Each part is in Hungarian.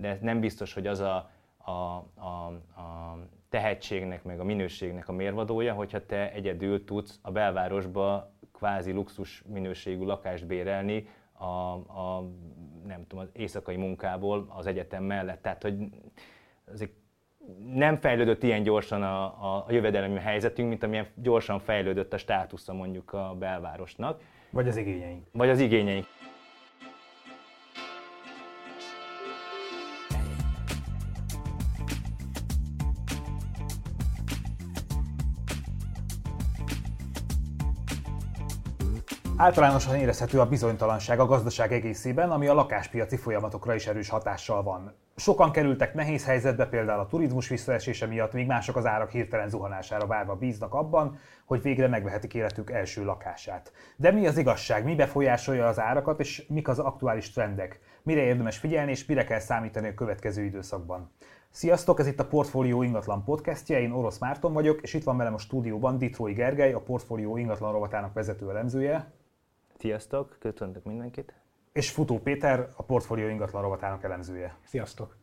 de ez nem biztos, hogy az a tehetségnek, meg a minőségnek a mérvadója, hogyha te egyedül tudsz a belvárosba kvázi luxus minőségű lakást bérelni nem tudom, az éjszakai munkából az egyetem mellett. Tehát, hogy azért nem fejlődött ilyen gyorsan a jövedelmi helyzetünk, mint amilyen gyorsan fejlődött a státusza mondjuk a belvárosnak. Vagy az igényeink. Vagy az igényeink. Általánosan érezhető a bizonytalanság a gazdaság egészében, ami a lakáspiaci folyamatokra is erős hatással van. Sokan kerültek nehéz helyzetbe, például a turizmus visszaesése miatt, míg mások az árak hirtelen zuhanására várva bíznak abban, hogy végre megvehetik életük első lakását. De mi az igazság, mi befolyásolja az árakat, és mik az aktuális trendek? Mire érdemes figyelni, és mire kell számítani a következő időszakban? Sziasztok, ez itt a Portfólió ingatlan podcastje, én Orosz Márton vagyok, és itt van velem a stúdióban Ditrói Gergely, a Portfólió ingatlan rovatának vezető elemzője. Sziasztok, köszöntök mindenkit. És Futó Péter, a Portfólió ingatlan rovatának elemzője. Sziasztok!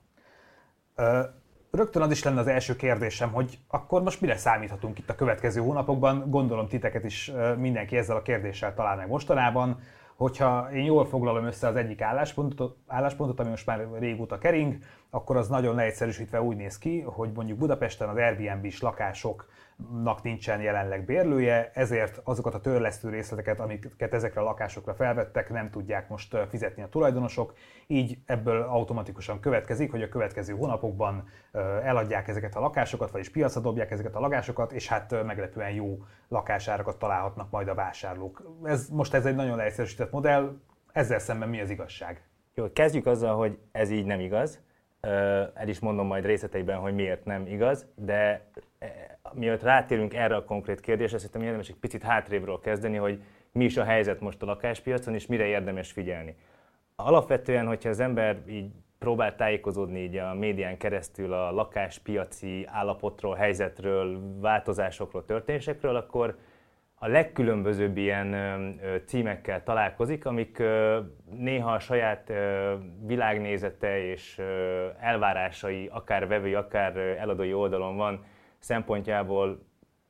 Rögtön az is lenne az első kérdésem, hogy akkor most mire számíthatunk itt a következő hónapokban? Gondolom titeket is mindenki ezzel a kérdéssel talál meg mostanában. Hogyha én jól foglalom össze az egyik álláspontot, ami most már régóta kering, akkor az nagyon leegyszerűsítve úgy néz ki, hogy mondjuk Budapesten az Airbnb-s lakásoknak nincsen jelenleg bérlője, ezért azokat a törlesztő részleteket, amiket ezekre a lakásokra felvettek, nem tudják most fizetni a tulajdonosok. Így ebből automatikusan következik, hogy a következő hónapokban eladják ezeket a lakásokat, vagyis piacra dobják ezeket a lakásokat, és hát meglepően jó lakásárakat találhatnak majd a vásárlók. Ez egy nagyon leegyszerűsített modell, ezzel szemben mi az igazság? Jó, kezdjük azzal, hogy ez így nem igaz. El is mondom majd részleteiben, hogy miért nem igaz, de mielőtt rátérünk erre a konkrét kérdésre, szerintem érdemes egy picit hátrébről kezdeni, hogy mi is a helyzet most a lakáspiacon, és mire érdemes figyelni. Alapvetően, hogyha az ember így próbál tájékozódni így a médián keresztül a lakáspiaci állapotról, helyzetről, változásokról, történésekről, akkor a legkülönbözőbb ilyen címekkel találkozik, amik néha a saját világnézete és elvárásai, akár vevői, akár eladói oldalon van szempontjából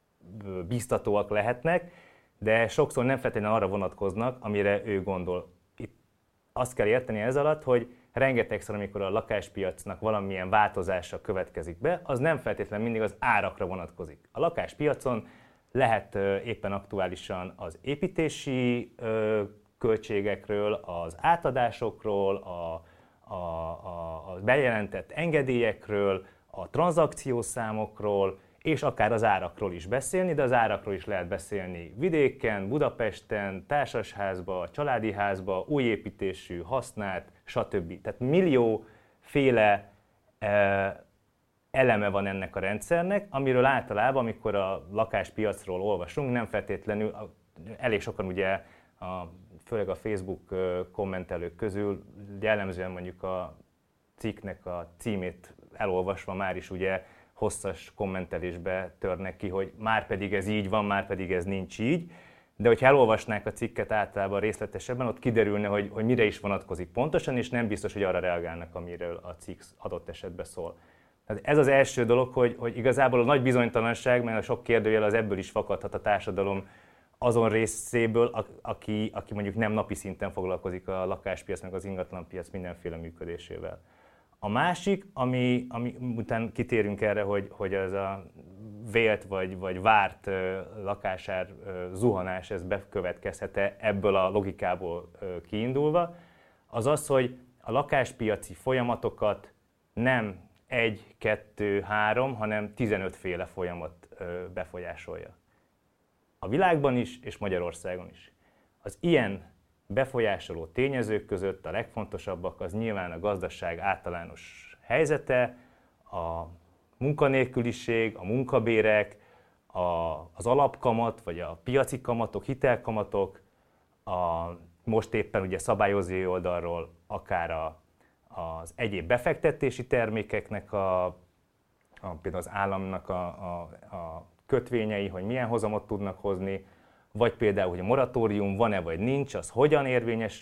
biztatóak lehetnek, de sokszor nem feltétlenül arra vonatkoznak, amire ő gondol. Itt azt kell érteni ez alatt, hogy rengetegszer, amikor a lakáspiacnak valamilyen változása következik be, az nem feltétlenül mindig az árakra vonatkozik. A lakáspiacon lehet éppen aktuálisan az építési költségekről, az átadásokról, a bejelentett engedélyekről, a tranzakciószámokról, és akár az árakról is beszélni, de az árakról is lehet beszélni vidéken, Budapesten, társasházba, családi házba, új építésű, használt, stb. Tehát millióféle eleme van ennek a rendszernek, amiről általában, amikor a lakáspiacról olvasunk, nem feltétlenül, elég sokan ugye, főleg a Facebook kommentelők közül jellemzően mondjuk a cikknek a címét elolvasva már is ugye hosszas kommentelésbe törnek ki, hogy már pedig ez így van, már pedig ez nincs így. De hogyha elolvasnák a cikket általában részletesebben, ott kiderülne, hogy mire is vonatkozik pontosan, és nem biztos, hogy arra reagálnak, amiről a cikk adott esetben szól. Tehát ez az első dolog, hogy igazából a nagy bizonytalanság, mert a sok kérdőjel az ebből is fakadhat a társadalom azon részéből, aki mondjuk nem napi szinten foglalkozik a lakáspiac, meg az ingatlanpiac mindenféle működésével. A másik, ami után kitérünk erre, hogy ez a vélt vagy várt lakásár zuhanás, ez bekövetkezhet-e ebből a logikából kiindulva, az az, hogy a lakáspiaci folyamatokat nem 1, 2, 3, hanem 15 féle folyamat befolyásolja. A világban is, és Magyarországon is. Az ilyen befolyásoló tényezők között a legfontosabbak az nyilván a gazdaság általános helyzete, a munkanélküliség, a munkabérek, az alapkamat, vagy a piaci kamatok, hitelkamatok, most éppen ugye szabályozói oldalról akár az egyéb befektetési termékeknek, például az államnak a kötvényei, hogy milyen hozamot tudnak hozni, vagy például, hogy a moratórium van-e vagy nincs, az hogyan érvényesül.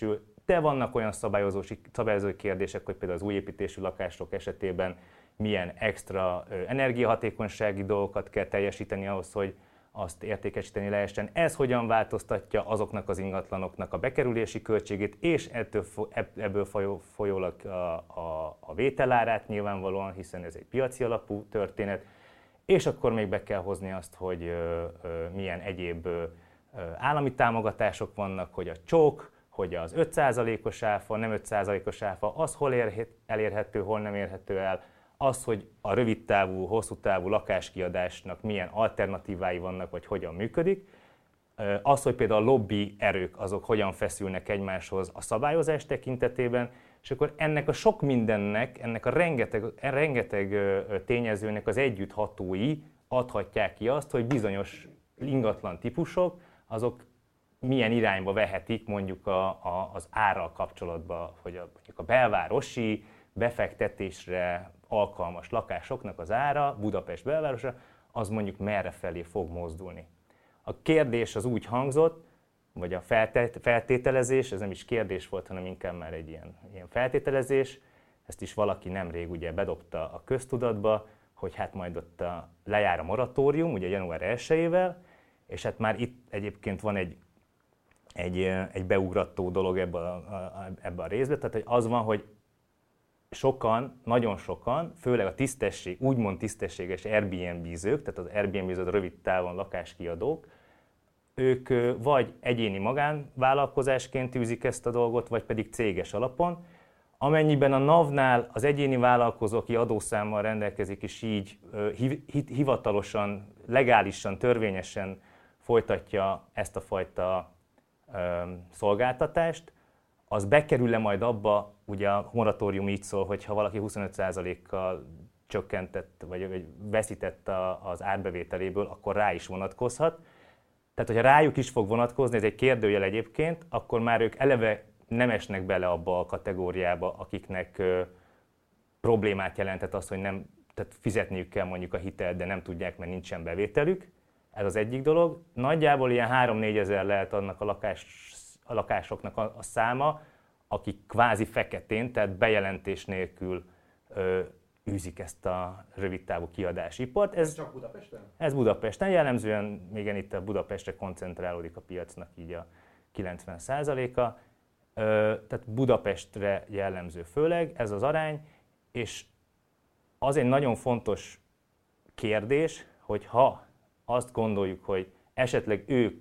de vannak olyan szabályozói kérdések, hogy például az új építésű lakások esetében milyen extra energiahatékonysági dolgokat kell teljesíteni ahhoz, hogy azt értékesíteni lehessen. Ez hogyan változtatja azoknak az ingatlanoknak a bekerülési költségét, és ebből folyólag a vételárát nyilvánvalóan, hiszen ez egy piaci alapú történet, és akkor még be kell hozni azt, hogy milyen egyéb állami támogatások vannak, hogy a csók, hogy az 5%-os áfa, nem 5%-os áfa, az hol elérhető, hol nem érhető el, az, hogy a rövidtávú, hosszú távú lakáskiadásnak milyen alternatívái vannak, vagy hogyan működik, az, hogy például a lobby erők azok hogyan feszülnek egymáshoz a szabályozás tekintetében, és akkor ennek a sok mindennek, ennek a rengeteg tényezőnek az együtthatói adhatják ki azt, hogy bizonyos ingatlan típusok, azok milyen irányba vehetik mondjuk az árral kapcsolatban, hogy mondjuk a belvárosi befektetésre alkalmas lakásoknak az ára, Budapest belvárosa, az mondjuk merre felé fog mozdulni. A kérdés az úgy hangzott, vagy a feltételezés, ez nem is kérdés volt, hanem inkább már egy ilyen feltételezés, ezt is valaki nemrég ugye bedobta a köztudatba, hogy hát majd ott lejár a moratórium, ugye január 1-ével, és hát már itt egyébként van egy beugrató dolog ebbe a részbe, tehát hogy az van, hogy sokan, nagyon sokan, főleg a úgymond tisztességes Airbnb-zők, tehát az Airbnb-zők a rövid távon lakáskiadók, ők vagy egyéni magánvállalkozásként űzik ezt a dolgot, vagy pedig céges alapon. Amennyiben a NAV-nál az egyéni vállalkozó, aki adószámmal rendelkezik, és így hivatalosan, legálisan, törvényesen folytatja ezt a fajta szolgáltatást, az bekerül-e majd abba, ugye a moratórium így szól, hogy ha valaki 25%-kal csökkentett, vagy veszített az árbevételéből, akkor rá is vonatkozhat. Tehát, hogyha rájuk is fog vonatkozni, ez egy kérdőjel egyébként, akkor már ők eleve nem esnek bele abba a kategóriába, akiknek problémát jelentett az, hogy tehát fizetniük kell mondjuk a hitelt, de nem tudják, mert nincsen bevételük. Ez az egyik dolog. Nagyjából ilyen 3-4 ezer lehet annak a lakásoknak a száma, akik kvázi feketén, tehát bejelentés nélkül űzik ezt a rövidtávú kiadási ipart. Ez csak Budapesten? Ez Budapesten, jellemzően igen, itt a Budapestre koncentrálódik a piacnak így a 90%-a. Tehát Budapestre jellemző főleg ez az arány, és az egy nagyon fontos kérdés, hogy ha azt gondoljuk, hogy esetleg ők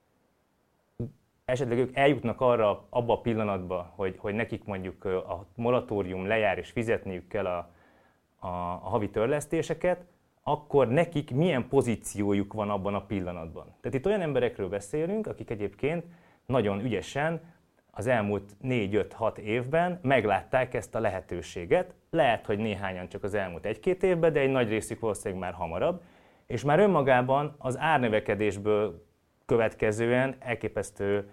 eljutnak abba a pillanatba, hogy nekik mondjuk a moratórium lejár és fizetniük kell a havi törlesztéseket, akkor nekik milyen pozíciójuk van abban a pillanatban. Tehát itt olyan emberekről beszélünk, akik egyébként nagyon ügyesen az elmúlt 4-5-6 évben meglátták ezt a lehetőséget. Lehet, hogy néhányan csak az elmúlt 1-2 évben, de egy nagy részük valószínűleg már hamarabb. És már önmagában az árnövekedésből következően elképesztő,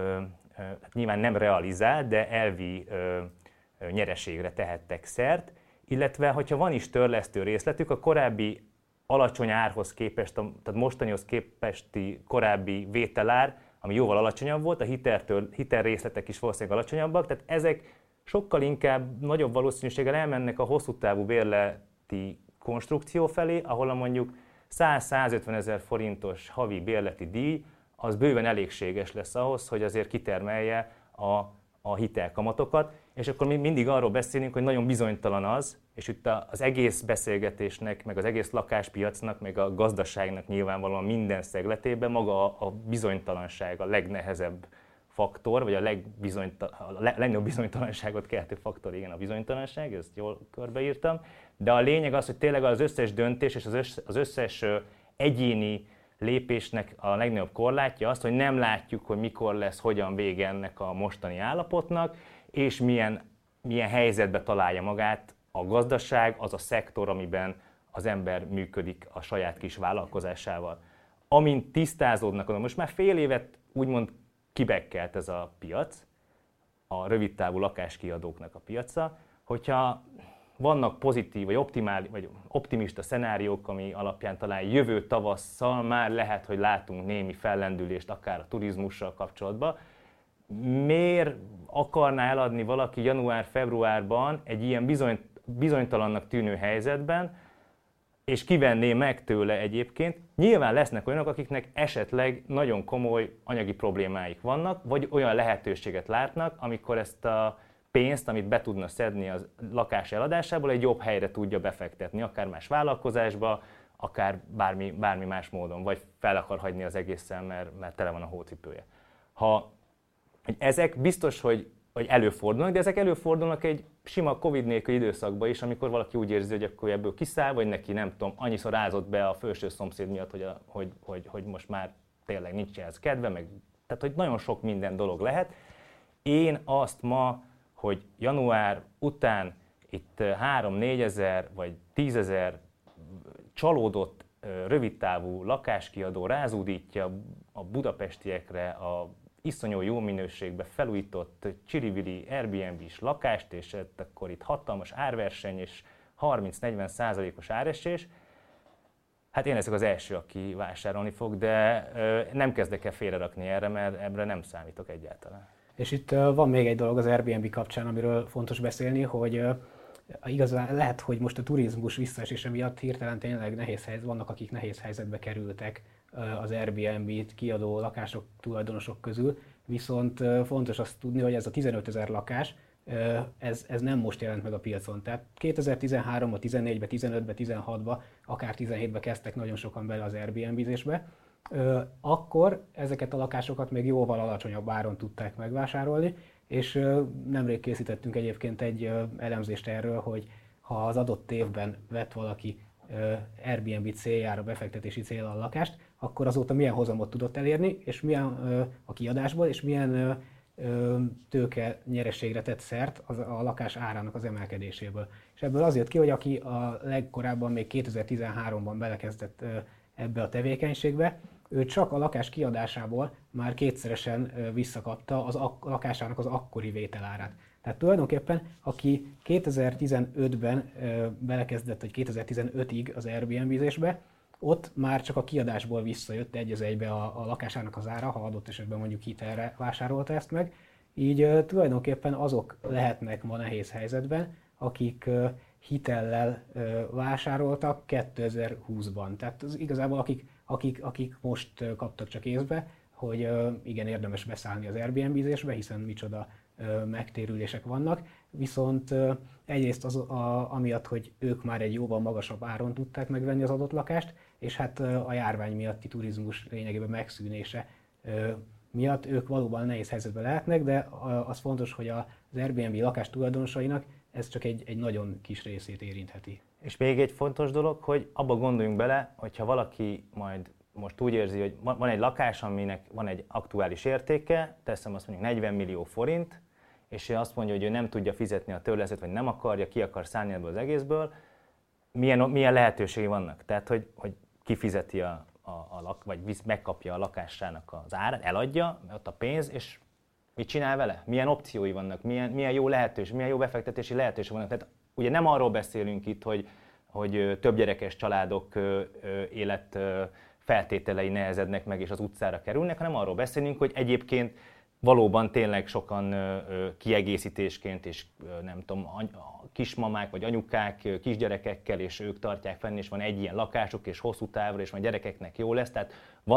nyilván nem realizált, de elvi nyereségre tehettek szert, illetve hogyha van is törlesztő részletük, a korábbi alacsony árhoz képest, tehát mostanihoz képesti korábbi vételár, ami jóval alacsonyabb volt, a hitelrészletek is valószínűleg alacsonyabbak, tehát ezek sokkal inkább nagyobb valószínűséggel elmennek a hosszú távú bérleti konstrukció felé, ahol a mondjuk 100-150 ezer forintos havi bérleti díj, az bőven elégséges lesz ahhoz, hogy azért kitermelje a hitelkamatokat, és akkor mi mindig arról beszélünk, hogy nagyon bizonytalan az, és itt az egész beszélgetésnek, meg az egész lakáspiacnak, meg a gazdaságnak nyilvánvalóan minden szegletében maga a bizonytalanság a legnehezebb faktor, vagy a legnagyobb bizonytalanságot keltő faktor, igen, a bizonytalanság, ezt jól körbeírtam, de a lényeg az, hogy tényleg az összes döntés és az összes egyéni lépésnek a legnagyobb korlátja az, hogy nem látjuk, hogy mikor lesz, hogyan vége ennek a mostani állapotnak, és milyen helyzetbe találja magát a gazdaság, az a szektor, amiben az ember működik a saját kis vállalkozásával. Amint tisztázódnak, most már fél évet úgymond kibekkelt ez a piac, a rövidtávú lakáskiadóknak a piaca, hogyha vannak pozitív vagy optimista szenáriók, ami alapján talán jövő tavasszal már lehet, hogy látunk némi fellendülést akár a turizmussal kapcsolatban. miért akarná eladni valaki január-februárban egy ilyen bizonytalannak tűnő helyzetben, és kivenné meg tőle egyébként. Nyilván lesznek olyanok, akiknek esetleg nagyon komoly anyagi problémáik vannak, vagy olyan lehetőséget látnak, amikor ezt a pénzt, amit be tudna szedni a lakás eladásából, egy jobb helyre tudja befektetni, akár más vállalkozásba, akár bármi más módon, vagy fel akar hagyni az egészen, mert tele van a hócipője. Ezek biztos, hogy előfordulnak, de ezek előfordulnak egy sima Covid nélküli időszakban is, amikor valaki úgy érzi, hogy akkor ebből kiszáll, vagy neki nem tudom, annyiszor rázott be a felső szomszéd miatt, hogy most már tényleg nincs ehhez kedve, tehát hogy nagyon sok minden dolog lehet. Én azt ma, hogy január után itt 3-4 ezer vagy 10 000 csalódott rövidtávú lakáskiadó rázúdítja a budapestiekre a iszonyú jó minőségbe felújított csirivili Airbnb-s lakást, és akkor itt hatalmas árverseny és 30-40%-os áresés. Hát én leszek az első, aki vásárolni fog, de nem kezdek el félrerakni erre, mert ebbre nem számítok egyáltalán. És itt van még egy dolog az Airbnb kapcsán, amiről fontos beszélni, hogy igazán lehet, hogy most a turizmus visszaesése miatt hirtelen tényleg nehéz helyzet, vannak, akik nehéz helyzetbe kerültek az Airbnb-t kiadó lakások, tulajdonosok közül, viszont fontos azt tudni, hogy ez a 15 000 lakás, ez nem most jelent meg a piacon. Tehát 2013-ban, 14-ben, 15-ben, 16-ban, akár 17-ben kezdtek nagyon sokan bele az Airbnb-zésbe, akkor ezeket a lakásokat még jóval alacsonyabb áron tudták megvásárolni, és nemrég készítettünk egyébként egy elemzést erről, hogy ha az adott évben vett valaki Airbnb céljára, befektetési céllal a lakást, akkor azóta milyen hozamot tudott elérni, és milyen a kiadásból, és milyen tőke nyereségre tett szert a lakás árának az emelkedéséből. És ebből az jött ki, hogy aki a legkorábban, még 2013-ban belekezdett ebbe a tevékenységbe, ő csak a lakás kiadásából már kétszeresen visszakapta a lakásának az akkori vételárát. Tehát tulajdonképpen, aki 2015-ben belekezdett, vagy 2015-ig az Airbnb-zésbe, ott már csak a kiadásból visszajött egy az egybe a lakásának az ára, ha adott esetben mondjuk hitelre vásárolta ezt meg. Így tulajdonképpen azok lehetnek ma nehéz helyzetben, akik hitellel vásároltak 2020-ban. Tehát az igazából akik most kaptak csak észbe, hogy igen, érdemes beszállni az Airbnb-zésbe, hiszen micsoda megtérülések vannak, viszont egyrészt amiatt, hogy ők már egy jóval magasabb áron tudták megvenni az adott lakást, és hát a járvány miatti turizmus lényegében megszűnése miatt ők valóban nehéz helyzetben lehetnek, de az fontos, hogy az Airbnb lakás tulajdonosainak ez csak egy nagyon kis részét érintheti. És még egy fontos dolog, hogy abba gondoljunk bele, hogyha valaki majd most úgy érzi, hogy van egy lakás, aminek van egy aktuális értéke, teszem azt mondjuk 40 millió forint, és ő azt mondja, hogy ő nem tudja fizetni a törlesztőt, vagy nem akarja, ki akar szállni ebből az egészből, milyen lehetőségi vannak? Tehát, hogy kifizeti vagy megkapja a lakásának az árát, eladja, ott a pénz, és mit csinál vele? Milyen opciói vannak? Milyen jó lehetőség, milyen jó befektetési lehetőség vannak? Tehát ugye nem arról beszélünk itt, hogy többgyerekes családok élet feltételei nehezednek meg és az utcára kerülnek, hanem arról beszélünk, hogy egyébként valóban tényleg sokan kiegészítésként és nem tudom, kismamák vagy anyukák kisgyerekekkel, és ők tartják fenn, és van egy ilyen lakásuk, és hosszú távra, és majd gyerekeknek jó lesz. Tehát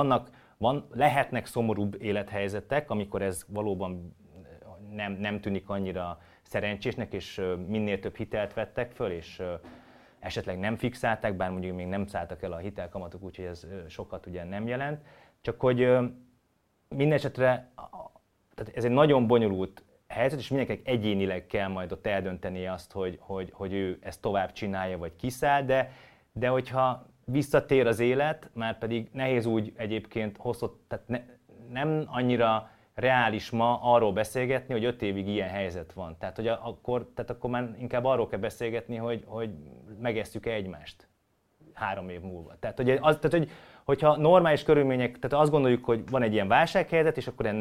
lehetnek szomorúbb élethelyzetek, amikor ez valóban nem tűnik annyira szerencsésnek, és minél több hitelt vettek föl, és esetleg nem fixálták, bár mondjuk még nem szálltak el a hitelkamatok, úgyhogy ez sokat ugye nem jelent. Csak hogy minden esetre tehát ez egy nagyon bonyolult helyzet, és mindenkinek egyénileg kell majd ott eldöntenie azt, hogy ő ezt tovább csinálja, vagy kiszáll, de hogyha visszatér az élet, már pedig nehéz úgy egyébként tehát nem annyira reális ma arról beszélgetni, hogy 5 évig ilyen helyzet van. Tehát, hogy akkor már inkább arról kell beszélgetni, hogy megesszük-e egymást 3 év múlva. Tehát, hogyha normális körülmények, tehát azt gondoljuk, hogy van egy ilyen válsághelyzet, és akkor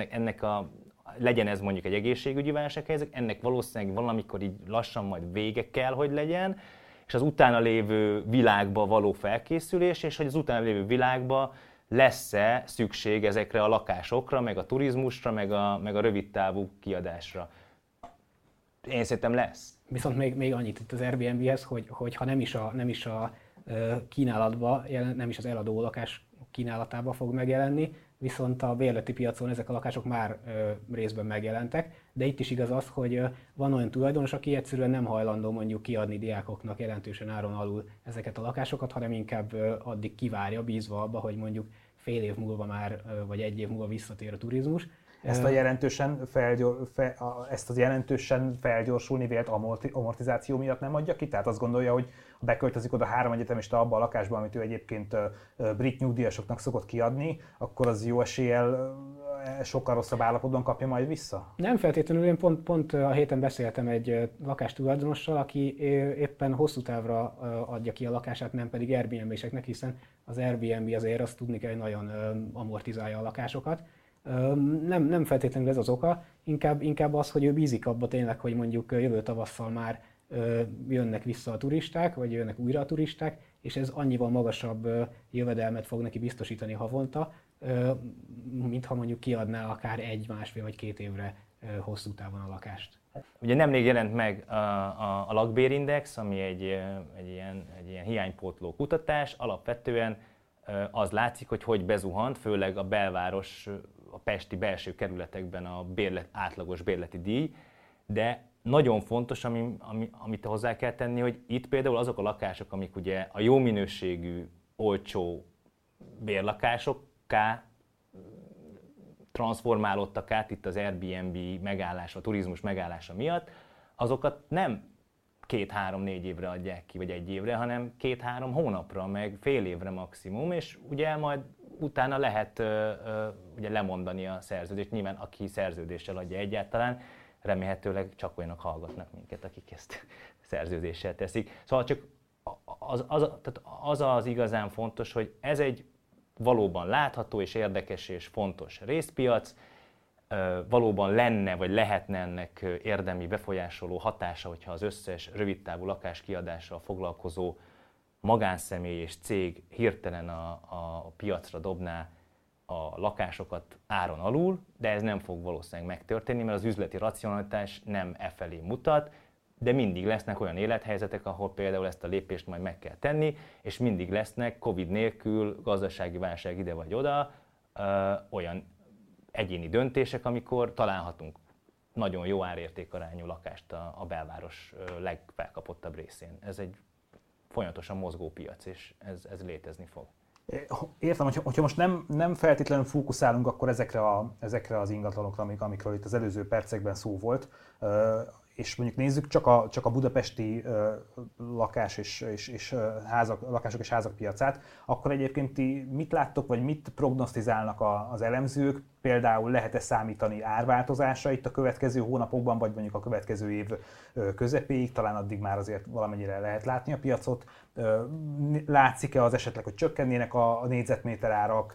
legyen ez mondjuk egy egészségügyi válsághelyzet, ennek valószínűleg valamikor így lassan majd vége kell, hogy legyen, és az utána lévő világba való felkészülés, és hogy az utána lévő világba lesz-e szükség ezekre a lakásokra, meg a turizmusra, meg a rövidtávú kiadásra. Én szerintem lesz. Viszont még annyit itt az Airbnb-hez, hogy ha nem is a kínálatba, nem is az eladó lakás kínálatába fog megjelenni, viszont a bérleti piacon ezek a lakások már részben megjelentek, de itt is igaz az, hogy van olyan tulajdonos, aki egyszerűen nem hajlandó mondjuk kiadni diákoknak jelentősen áron alul ezeket a lakásokat, hanem inkább addig kivárja, bízva abba, hogy mondjuk fél év múlva már, vagy egy év múlva visszatér a turizmus. Ezt a jelentősen felgyorsulni vélt amortizáció miatt nem adja ki? Tehát azt gondolja, hogy beköltözik oda 3 egyetemista abba a lakásba, amit ő egyébként brit nyugdíjasoknak szokott kiadni, akkor az jó eséllyel sokkal rosszabb állapotban kapja majd vissza? Nem feltétlenül, én pont a héten beszéltem egy lakástulajdonossal, aki éppen hosszú távra adja ki a lakását, nem pedig Airbnb-seknek, hiszen az Airbnb azért azt tudni kell, hogy nagyon amortizálja a lakásokat. Nem feltétlenül ez az oka, inkább az, hogy ő bízik abba tényleg, hogy mondjuk jövő tavasszal már jönnek vissza a turisták, vagy jönnek újra a turisták, és ez annyival magasabb jövedelmet fog neki biztosítani havonta, mint ha mondjuk kiadná akár 1, másfél vagy 2 évre hosszú távon a lakást. Ugye nemrég jelent meg a lakbérindex, ami egy ilyen hiánypótló kutatás. Alapvetően az látszik, hogy bezuhant, főleg a belváros, a pesti belső kerületekben a átlagos bérleti díj, de nagyon fontos, amit hozzá kell tenni, hogy itt például azok a lakások, amik ugye a jó minőségű, olcsó bérlakásokká transformálódtak át itt az Airbnb megállása, a turizmus megállása miatt, azokat nem 2-3-4 évre adják ki, vagy 1 évre, hanem 2-3 hónapra, meg fél évre maximum, és ugye majd utána lehet ugye lemondani a szerződést. Nyilván aki szerződéssel adja egyáltalán, remélhetőleg csak olyanok hallgatnak minket, akik ezt szerződéssel teszik. Szóval csak az az igazán fontos, hogy ez egy valóban látható és érdekes és fontos részpiac, valóban lenne vagy lehetne ennek érdemi befolyásoló hatása, hogyha az összes rövidtávú lakáskiadással foglalkozó magánszemély és cég hirtelen a piacra dobná a lakásokat áron alul, de ez nem fog valószínűleg megtörténni, mert az üzleti racionalitás nem felé mutat, de mindig lesznek olyan élethelyzetek, ahol például ezt a lépést majd meg kell tenni, és mindig lesznek Covid nélkül, gazdasági válság ide vagy oda, olyan egyéni döntések, amikor találhatunk nagyon jó árértékarányú lakást a belváros legfelkapottabb részén. Ez egy folyamatosan mozgó piac, és ez létezni fog. Értem, hogyha most nem feltétlenül fókuszálunk akkor ezekre az ingatlanokra, amikről itt az előző percekben szó volt, és mondjuk nézzük csak a budapesti lakások és házak piacát, akkor egyébként ti mit láttok, vagy mit prognosztizálnak az elemzők? Például lehet-e számítani árváltozásra itt a következő hónapokban, vagy mondjuk a következő év közepéig, talán addig már azért valamennyire lehet látni a piacot. Látszik-e az esetleg, hogy csökkennének a négyzetméter árak,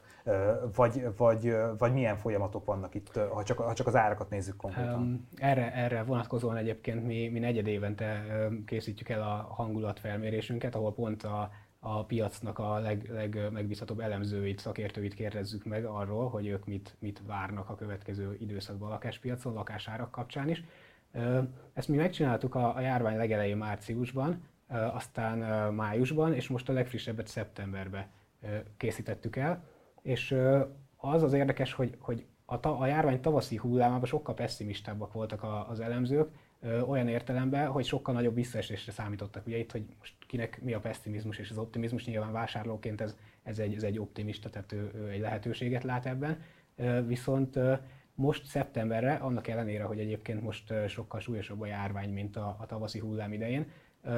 vagy milyen folyamatok vannak itt, ha csak az árakat nézzük konkrétan? Erre vonatkozóan egyébként mi negyed évente készítjük el a hangulatfelmérésünket, ahol pont a piacnak a legmegbízhatóbb elemzőit, szakértőit kérdezzük meg arról, hogy ők mit várnak a következő időszakban a lakáspiacon, lakásárak kapcsán is. Ezt mi megcsináltuk a járvány legelején márciusban, aztán májusban, és most a legfrissebbet szeptemberben készítettük el. És az érdekes, hogy a járvány tavaszi hullámában sokkal pesszimistábbak voltak az elemzők, olyan értelemben, hogy sokkal nagyobb visszaesésre számítottak. Ugye itt, hogy most kinek mi a pessimizmus és az optimizmus, nyilván vásárlóként ez egy optimista, tehát ő egy lehetőséget lát ebben. Viszont most szeptemberre, annak ellenére, hogy egyébként most sokkal súlyosabb a járvány, mint a tavaszi hullám idején,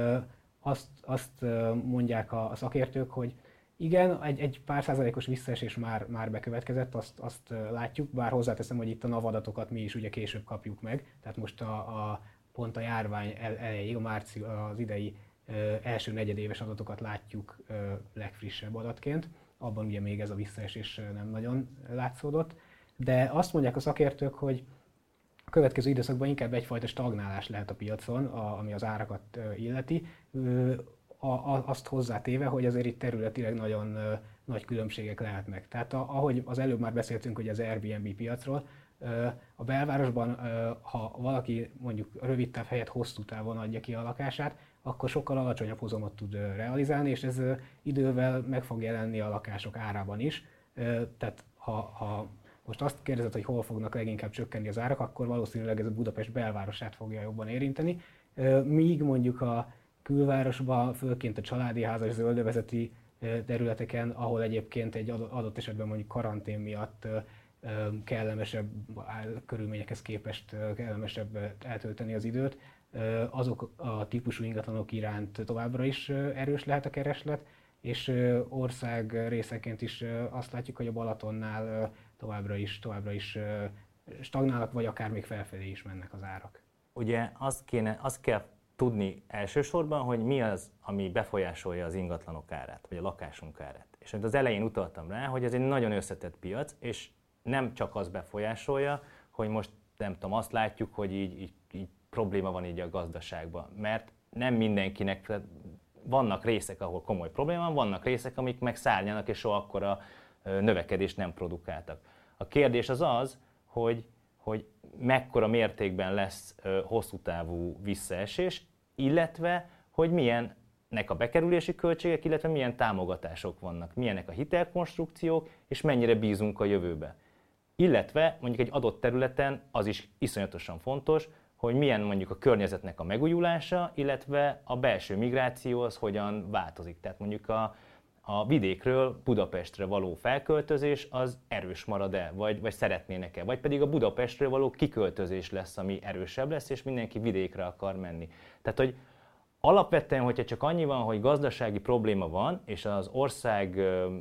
azt mondják a szakértők, hogy igen, egy pár százalékos visszaesés már bekövetkezett, azt látjuk, bár hozzáteszem, hogy itt a NAV adatokat mi is ugye később kapjuk meg, tehát most pont a járvány elejéig, az idei első negyedéves adatokat látjuk legfrissebb adatként, abban ugye még ez a visszaesés nem nagyon látszódott, de azt mondják a szakértők, hogy a következő időszakban inkább egyfajta stagnálás lehet a piacon, ami az árakat illeti, azt hozzátéve, hogy azért itt területileg nagyon nagy különbségek lehetnek. Tehát ahogy az előbb már beszéltünk, hogy az Airbnb piacról, a belvárosban, ha valaki mondjuk rövid táv helyett hosszú távon adja ki a lakását, akkor sokkal alacsonyabb hozamot tud realizálni, és ez idővel meg fog jelenni a lakások árában is. Tehát ha most azt kérdezed, hogy hol fognak leginkább csökkenni az árak, akkor valószínűleg ez a Budapest belvárosát fogja jobban érinteni. Míg mondjuk a külvárosban, főként a családi házas zöldövezeti területeken, ahol egyébként egy adott esetben mondjuk karantén miatt kellemesebb körülményekhez képest kellemesebb eltölteni az időt, azok a típusú ingatlanok iránt továbbra is erős lehet a kereslet, és ország részeként is azt látjuk, hogy a Balatonnál továbbra is stagnálnak, vagy akár még felfelé is mennek az árak. Ugye azt kell tudni elsősorban, hogy mi az, ami befolyásolja az ingatlanok árát, vagy a lakásunk árát. És amit az elején utaltam rá, hogy ez egy nagyon összetett piac, és nem csak az befolyásolja, hogy most nem tudom, azt látjuk, hogy így probléma van így a gazdaságban, mert nem mindenkinek, vannak részek, ahol komoly probléma van, vannak részek, amik meg szárnyalnak, és soha akkora növekedést nem produkáltak. A kérdés az, hogy mekkora mértékben lesz hosszú távú visszaesés, illetve hogy milyennek a bekerülési költségek, illetve milyen támogatások vannak, milyenek a hitelkonstrukciók, és mennyire bízunk a jövőbe. Illetve mondjuk egy adott területen az is iszonyatosan fontos, hogy milyen mondjuk a környezetnek a megújulása, illetve a belső migráció az hogyan változik. Tehát mondjuk a vidékről Budapestre való felköltözés az erős marad-e, vagy szeretnének-e, vagy pedig a Budapestről való kiköltözés lesz, ami erősebb lesz, és mindenki vidékre akar menni. Tehát, hogy alapvetően, hogyha csak annyi van, hogy gazdasági probléma van, és az ország,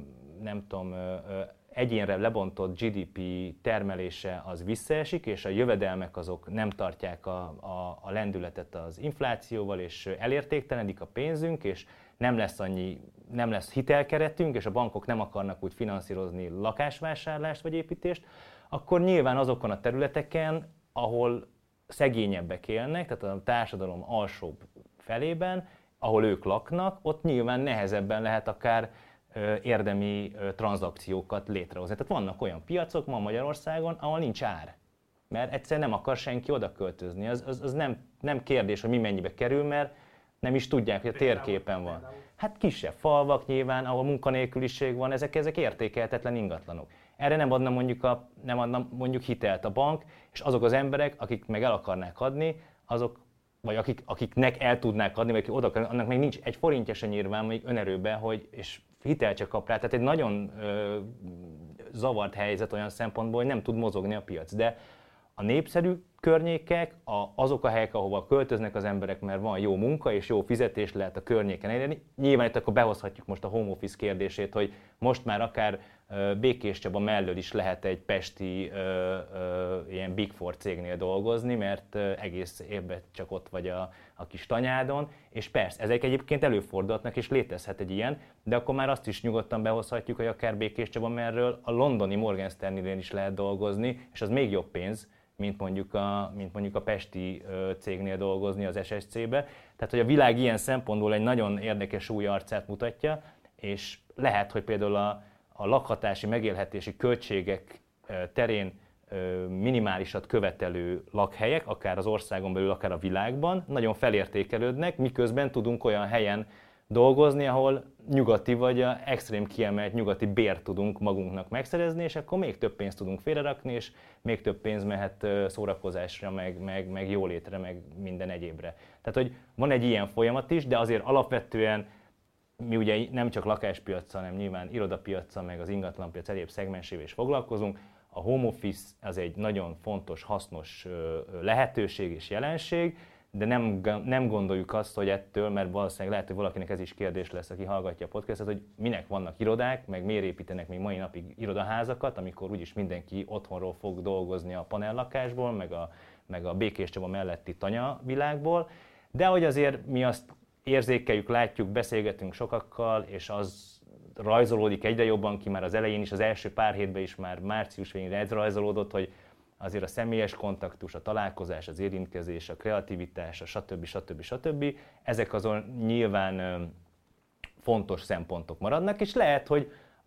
nem tudom, egyénre lebontott GDP termelése az visszaesik, és a jövedelmek azok nem tartják a lendületet az inflációval, és elértéktelenik a pénzünk, és nem lesz hitelkeretünk, és a bankok nem akarnak úgy finanszírozni lakásvásárlást vagy építést, akkor nyilván azokon a területeken, ahol szegényebbek élnek, tehát a társadalom alsóbb felében, ahol ők laknak, ott nyilván nehezebben lehet akár érdemi tranzakciókat létrehozni. Tehát vannak olyan piacok ma Magyarországon, ahol nincs ár, mert egyszerűen nem akar senki oda költözni. Az nem kérdés, hogy mi mennyibe kerül, mert nem is tudják, hogy a térképen van. Hát kisebb falvak nyilván, ahol munkanélküliség van, ezek értékelhetetlen ingatlanok. Erre nem adna mondjuk hitelt a bank, és azok az emberek, akik meg el akarnák adni, azok, vagy akiknek el tudnák adni, vagy akik oda annak még nincs egy forintja se nyilván még önerőben, és hitelt csak kap rá. Tehát egy nagyon zavart helyzet olyan szempontból, hogy nem tud mozogni a piac. De a népszerű környékek, azok a helyek, ahova költöznek az emberek, mert van jó munka és jó fizetés lehet a környéken elérni. Nyilván itt akkor behozhatjuk most a home office kérdését, hogy most már akár Békés Csaba mellől is lehet egy pesti ilyen Big Four cégnél dolgozni, mert egész évben csak ott vagy a kis tanyádon, és persze, ezek egyébként előfordulhatnak és létezhet egy ilyen, de akkor már azt is nyugodtan behozhatjuk, hogy akár Békés Csaba mellől a londoni Morgan Stanley-nél is lehet dolgozni, és az még jobb pénz, mint mondjuk a pesti cégnél dolgozni az SSC-be. Tehát, hogy a világ ilyen szempontból egy nagyon érdekes új arcát mutatja, és lehet, hogy például a lakhatási, megélhetési költségek terén minimálisat követelő lakhelyek, akár az országon belül, akár a világban, nagyon felértékelődnek, miközben tudunk olyan helyen dolgozni, ahol nyugati vagy extrém kiemelt nyugati bért tudunk magunknak megszerezni, és akkor még több pénzt tudunk félrerakni, és még több pénz mehet szórakozásra, meg jólétre, meg minden egyébre. Tehát, hogy van egy ilyen folyamat is, de azért alapvetően mi ugye nem csak lakáspiacsal, hanem nyilván irodapiacsal, meg az ingatlanpiac egyéb szegmensével is foglalkozunk. A home office az egy nagyon fontos, hasznos lehetőség és jelenség, de nem gondoljuk azt, hogy ettől, mert valószínűleg lehet, hogy valakinek ez is kérdés lesz, aki hallgatja a podcastot, hogy minek vannak irodák, meg miért építenek még mai napig irodaházakat, amikor úgyis mindenki otthonról fog dolgozni a panellakásból, meg a Békés Csaba melletti tanyavilágból, de hogy azért mi azt érzékeljük, látjuk, beszélgetünk sokakkal, és az rajzolódik egyre jobban ki, már az elején is, az első pár hétben is már március végén ez rajzolódott, hogy azért a személyes kontaktus, a találkozás, az érintkezés, a kreativitás, stb. Ezek azon nyilván fontos szempontok maradnak, és lehet, hogy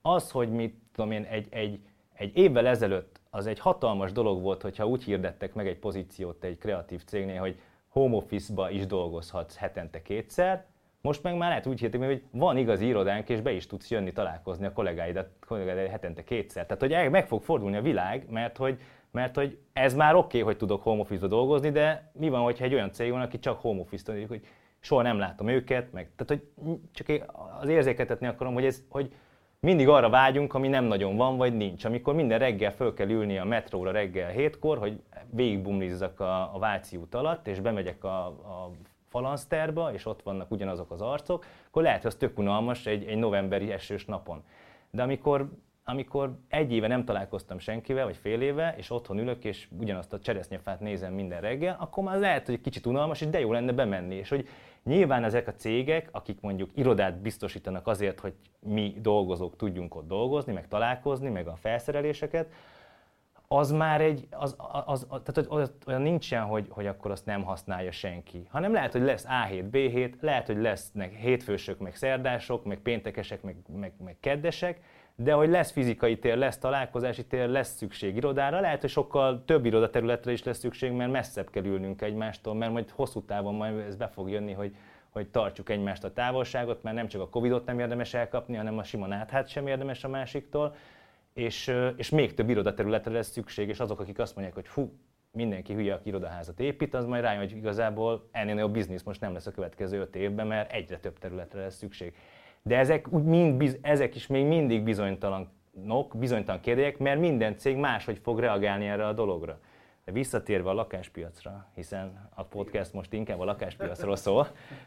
Az, hogy mit tudom én, egy évvel ezelőtt az egy hatalmas dolog volt, hogyha úgy hirdettek meg egy pozíciót egy kreatív cégnél, hogy home office-ba is dolgozhatsz hetente 2-szer, most meg már lehet úgy hirdetek, hogy van igazi irodánk, és be is tudsz jönni találkozni a kollégáidat hetente 2-szer. Tehát, hogy meg fog fordulni a világ, mert hogy ez már oké, hogy tudok home office-ba dolgozni, de mi van, hogyha egy olyan cég van, aki csak home office-t mondjuk, hogy soha nem látom őket, meg, tehát, hogy csak az érzékeltetni akarom, hogy mindig arra vágyunk, ami nem nagyon van, vagy nincs. Amikor minden reggel föl kell ülni a metróra reggel 7-kor, hogy végigbumlizzak a Váci út alatt, és bemegyek a Falanszterba, és ott vannak ugyanazok az arcok, akkor lehet, hogy az tök unalmas egy novemberi esős napon. De amikor egy éve nem találkoztam senkivel, vagy fél éve, és otthon ülök, és ugyanazt a cseresznyefát nézem minden reggel, akkor már lehet, hogy egy kicsit unalmas, de jó lenne bemenni. És hogy nyilván ezek a cégek, akik mondjuk irodát biztosítanak azért, hogy mi dolgozók tudjunk ott dolgozni, meg találkozni, meg a felszereléseket, az már tehát olyan nincsen, hogy akkor azt nem használja senki. Hanem lehet, hogy lesz A7, B7, lehet, hogy lesznek hétfősök, meg szerdások, meg péntekesek, meg keddesek, de hogy lesz fizikai tér, lesz találkozási tér, lesz szükség irodára, lehet, hogy sokkal több irodaterületre is lesz szükség, mert messzebb kell ülnünk egymástól, mert majd hosszú távon majd ez be fog jönni, hogy tartsuk egymást a távolságot, mert nem csak a Covidot nem érdemes elkapni, hanem a sima náthát sem érdemes a másiktól, és még több irodaterületre lesz szükség, és azok, akik azt mondják, hogy fú, mindenki hülye, aki irodaházat épít, az majd rájön, hogy igazából ennél jobb biznisz most nem lesz a következő 5 évben, mert egyre több területre lesz szükség. De ezek is még mindig bizonytalan kérdések, mert minden cég máshogy fog reagálni erre a dologra. De visszatérve a lakáspiacra, hiszen a podcast most inkább a lakáspiacról szól,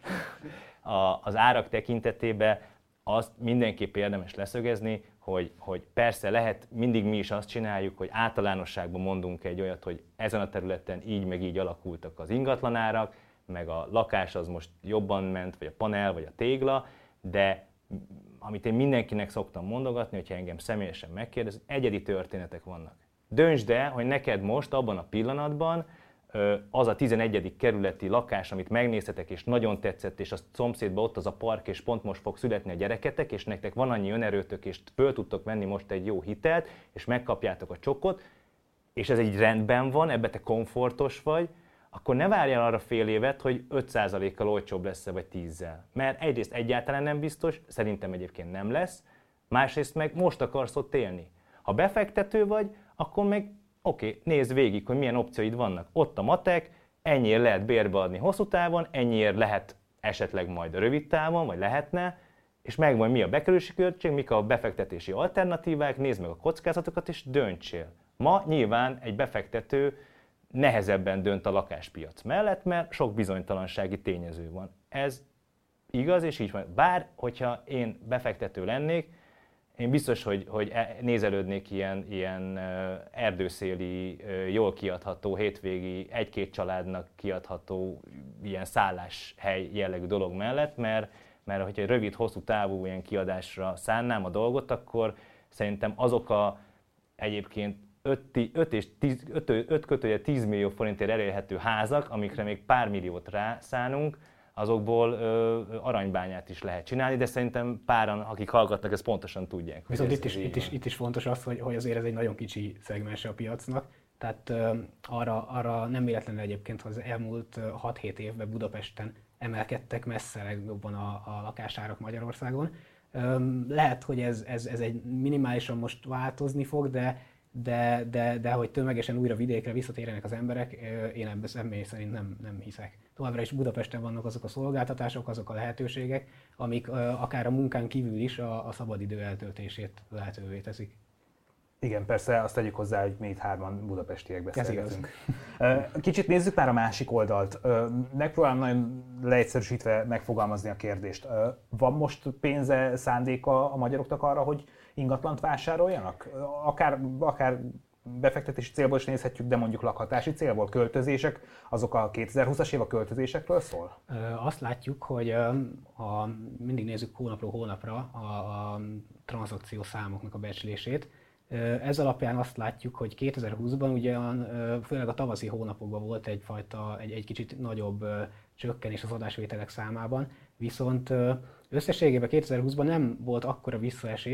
az árak tekintetében azt mindenképp érdemes leszögezni, hogy persze lehet, mindig mi is azt csináljuk, hogy általánosságban mondunk egy olyat, hogy ezen a területen így meg így alakultak az ingatlanárak, meg a lakás az most jobban ment, vagy a panel, vagy a tégla, de amit én mindenkinek szoktam mondogatni, hogyha engem személyesen megkérdez, egyedi történetek vannak. Döntsd el, hogy neked most abban a pillanatban az a 11. kerületi lakás, amit megnéztetek és nagyon tetszett, és a szomszédban ott az a park, és pont most fog születni a gyereketek, és nektek van annyi önerőtök, és föl tudtok venni most egy jó hitelt, és megkapjátok a csokot, és ez egy rendben van, ebbe te komfortos vagy, akkor ne várjál arra fél évet, hogy 5%-kal olcsóbb lesz vagy 10-zel. Mert egyrészt egyáltalán nem biztos, szerintem egyébként nem lesz, másrészt meg most akarsz ott élni. Ha befektető vagy, akkor meg oké, nézd végig, hogy milyen opcióid vannak. Ott a matek, ennyiért lehet bérbe adni hosszú távon, ennyiért lehet esetleg majd rövid távon, vagy lehetne, és megvan mi a bekerülési költség, mik a befektetési alternatívák, nézd meg a kockázatokat, és döntsél. Ma nyilván egy befektető nehezebben dönt a lakáspiac mellett, mert sok bizonytalansági tényező van. Ez igaz, és így van. Bár, hogyha én befektető lennék, én biztos, hogy nézelődnék ilyen erdőszéli, jól kiadható, hétvégi, egy-két családnak kiadható ilyen szálláshely jellegű dolog mellett, mert hogyha rövid, hosszú távú ilyen kiadásra szánnám a dolgot, akkor szerintem azok egyébként 5-10 millió forintért elérhető házak, amikre még pár milliót rászánunk, azokból aranybányát is lehet csinálni, de szerintem páran, akik hallgatnak, ezt pontosan tudják. Viszont itt is fontos az, hogy azért ez egy nagyon kicsi szegmense a piacnak. Tehát arra nem véletlenül egyébként, hogy az elmúlt 6-7 évben Budapesten emelkedtek messze legjobban a lakásárak Magyarországon. Lehet, hogy ez egy minimálisan most változni fog, de hogy tömegesen újra vidékre visszatérjenek az emberek, én ebben személy szerint nem hiszek. Továbbra is Budapesten vannak azok a szolgáltatások, azok a lehetőségek, amik akár a munkán kívül is a szabadidő eltöltését lehetővé teszik. Igen, persze, azt tegyük hozzá, hogy mi itt hárman budapestiek beszélgetünk. Kicsit nézzük már a másik oldalt. Megpróbálom nagyon leegyszerűsítve megfogalmazni a kérdést. Van most pénze, szándéka a magyaroknak arra, hogy ingatlant vásároljanak? Akár befektetési célból is nézhetjük, de mondjuk lakhatási célból, költözések, azok a 2020-as év a költözésekről szól? Azt látjuk, hogy ha mindig nézzük hónapról hónapra a tranzakció számoknak a becslését, ez alapján azt látjuk, hogy 2020-ban ugye főleg a tavaszi hónapokban volt egy kicsit nagyobb csökkenés az adásvételek számában, viszont összességében 2020-ban nem volt akkora visszaesés,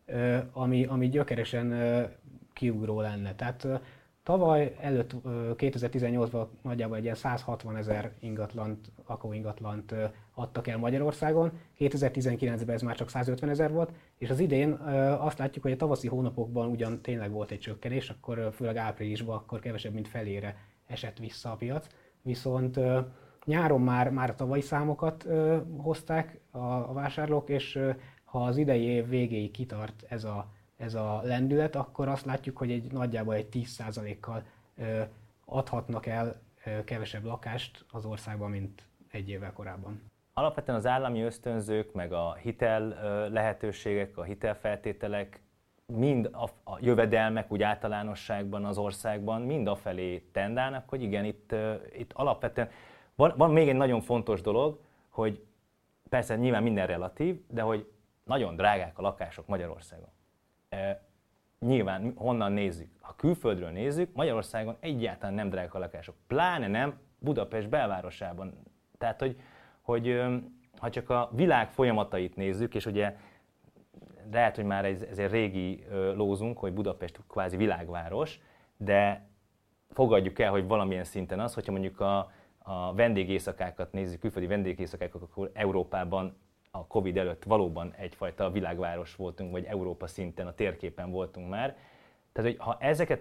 ami gyökeresen kiugró lenne. Tehát tavaly előtt 2018-ban nagyjából egy ilyen 160 000 lakóingatlant adtak el Magyarországon, 2019-ben ez már csak 150 000 volt, és az idén azt látjuk, hogy a tavaszi hónapokban ugyan tényleg volt egy csökkenés, akkor főleg áprilisban akkor kevesebb, mint felére esett vissza a piac, viszont nyáron már a tavalyi számokat hozták a vásárlók, és ha az idei év végéig kitart ez a lendület, akkor azt látjuk, hogy nagyjából egy 10%-kal adhatnak el kevesebb lakást az országban, mint egy évvel korábban. Alapvetően az állami ösztönzők, meg a hitel lehetőségek, a hitelfeltételek, mind a jövedelmek úgy általánosságban az országban mind afelé tendálnak, hogy igen, itt alapvetően van még egy nagyon fontos dolog, hogy persze nyilván minden relatív, de hogy nagyon drágák a lakások Magyarországon. Nyilván honnan nézzük? Ha külföldről nézzük, Magyarországon egyáltalán nem drágák a lakások. Pláne nem Budapest belvárosában. Tehát, hogy ha csak a világ folyamatait nézzük, és ugye lehet, hogy már ez egy régi lózunk, hogy Budapest kvázi világváros, de fogadjuk el, hogy valamilyen szinten az, hogyha mondjuk a vendégészakákat nézzük, külföldi vendégészakákat, akkor Európában a Covid előtt valóban egyfajta világváros voltunk, vagy Európa szinten a térképen voltunk már. Tehát, hogy ha ezeket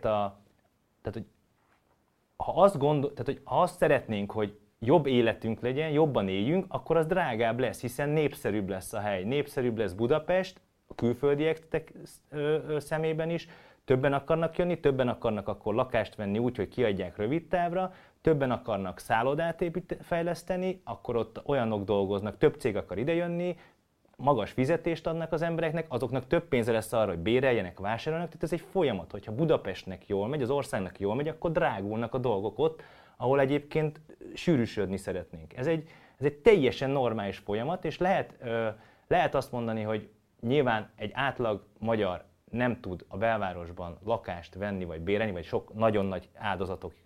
ha azt szeretnénk, hogy jobb életünk legyen, jobban éljünk, akkor az drágább lesz, hiszen népszerűbb lesz a hely. Népszerűbb lesz Budapest, a külföldiek szemében is, többen akarnak jönni, többen akarnak akkor lakást venni úgy, hogy kiadják rövid távra, többen akarnak szállodát fejleszteni, akkor ott olyanok dolgoznak, több cég akar idejönni, magas fizetést adnak az embereknek, azoknak több pénze lesz arra, hogy béreljenek, vásároljanak, tehát ez egy folyamat, hogyha Budapestnek jól megy, az országnak jól megy, akkor drágulnak a dolgok ott, ahol egyébként sűrűsödni szeretnénk. Ez egy teljesen normális folyamat, és lehet azt mondani, hogy nyilván egy átlag magyar nem tud a belvárosban lakást venni, vagy bérelni, vagy sok nagyon nagy áldozatokért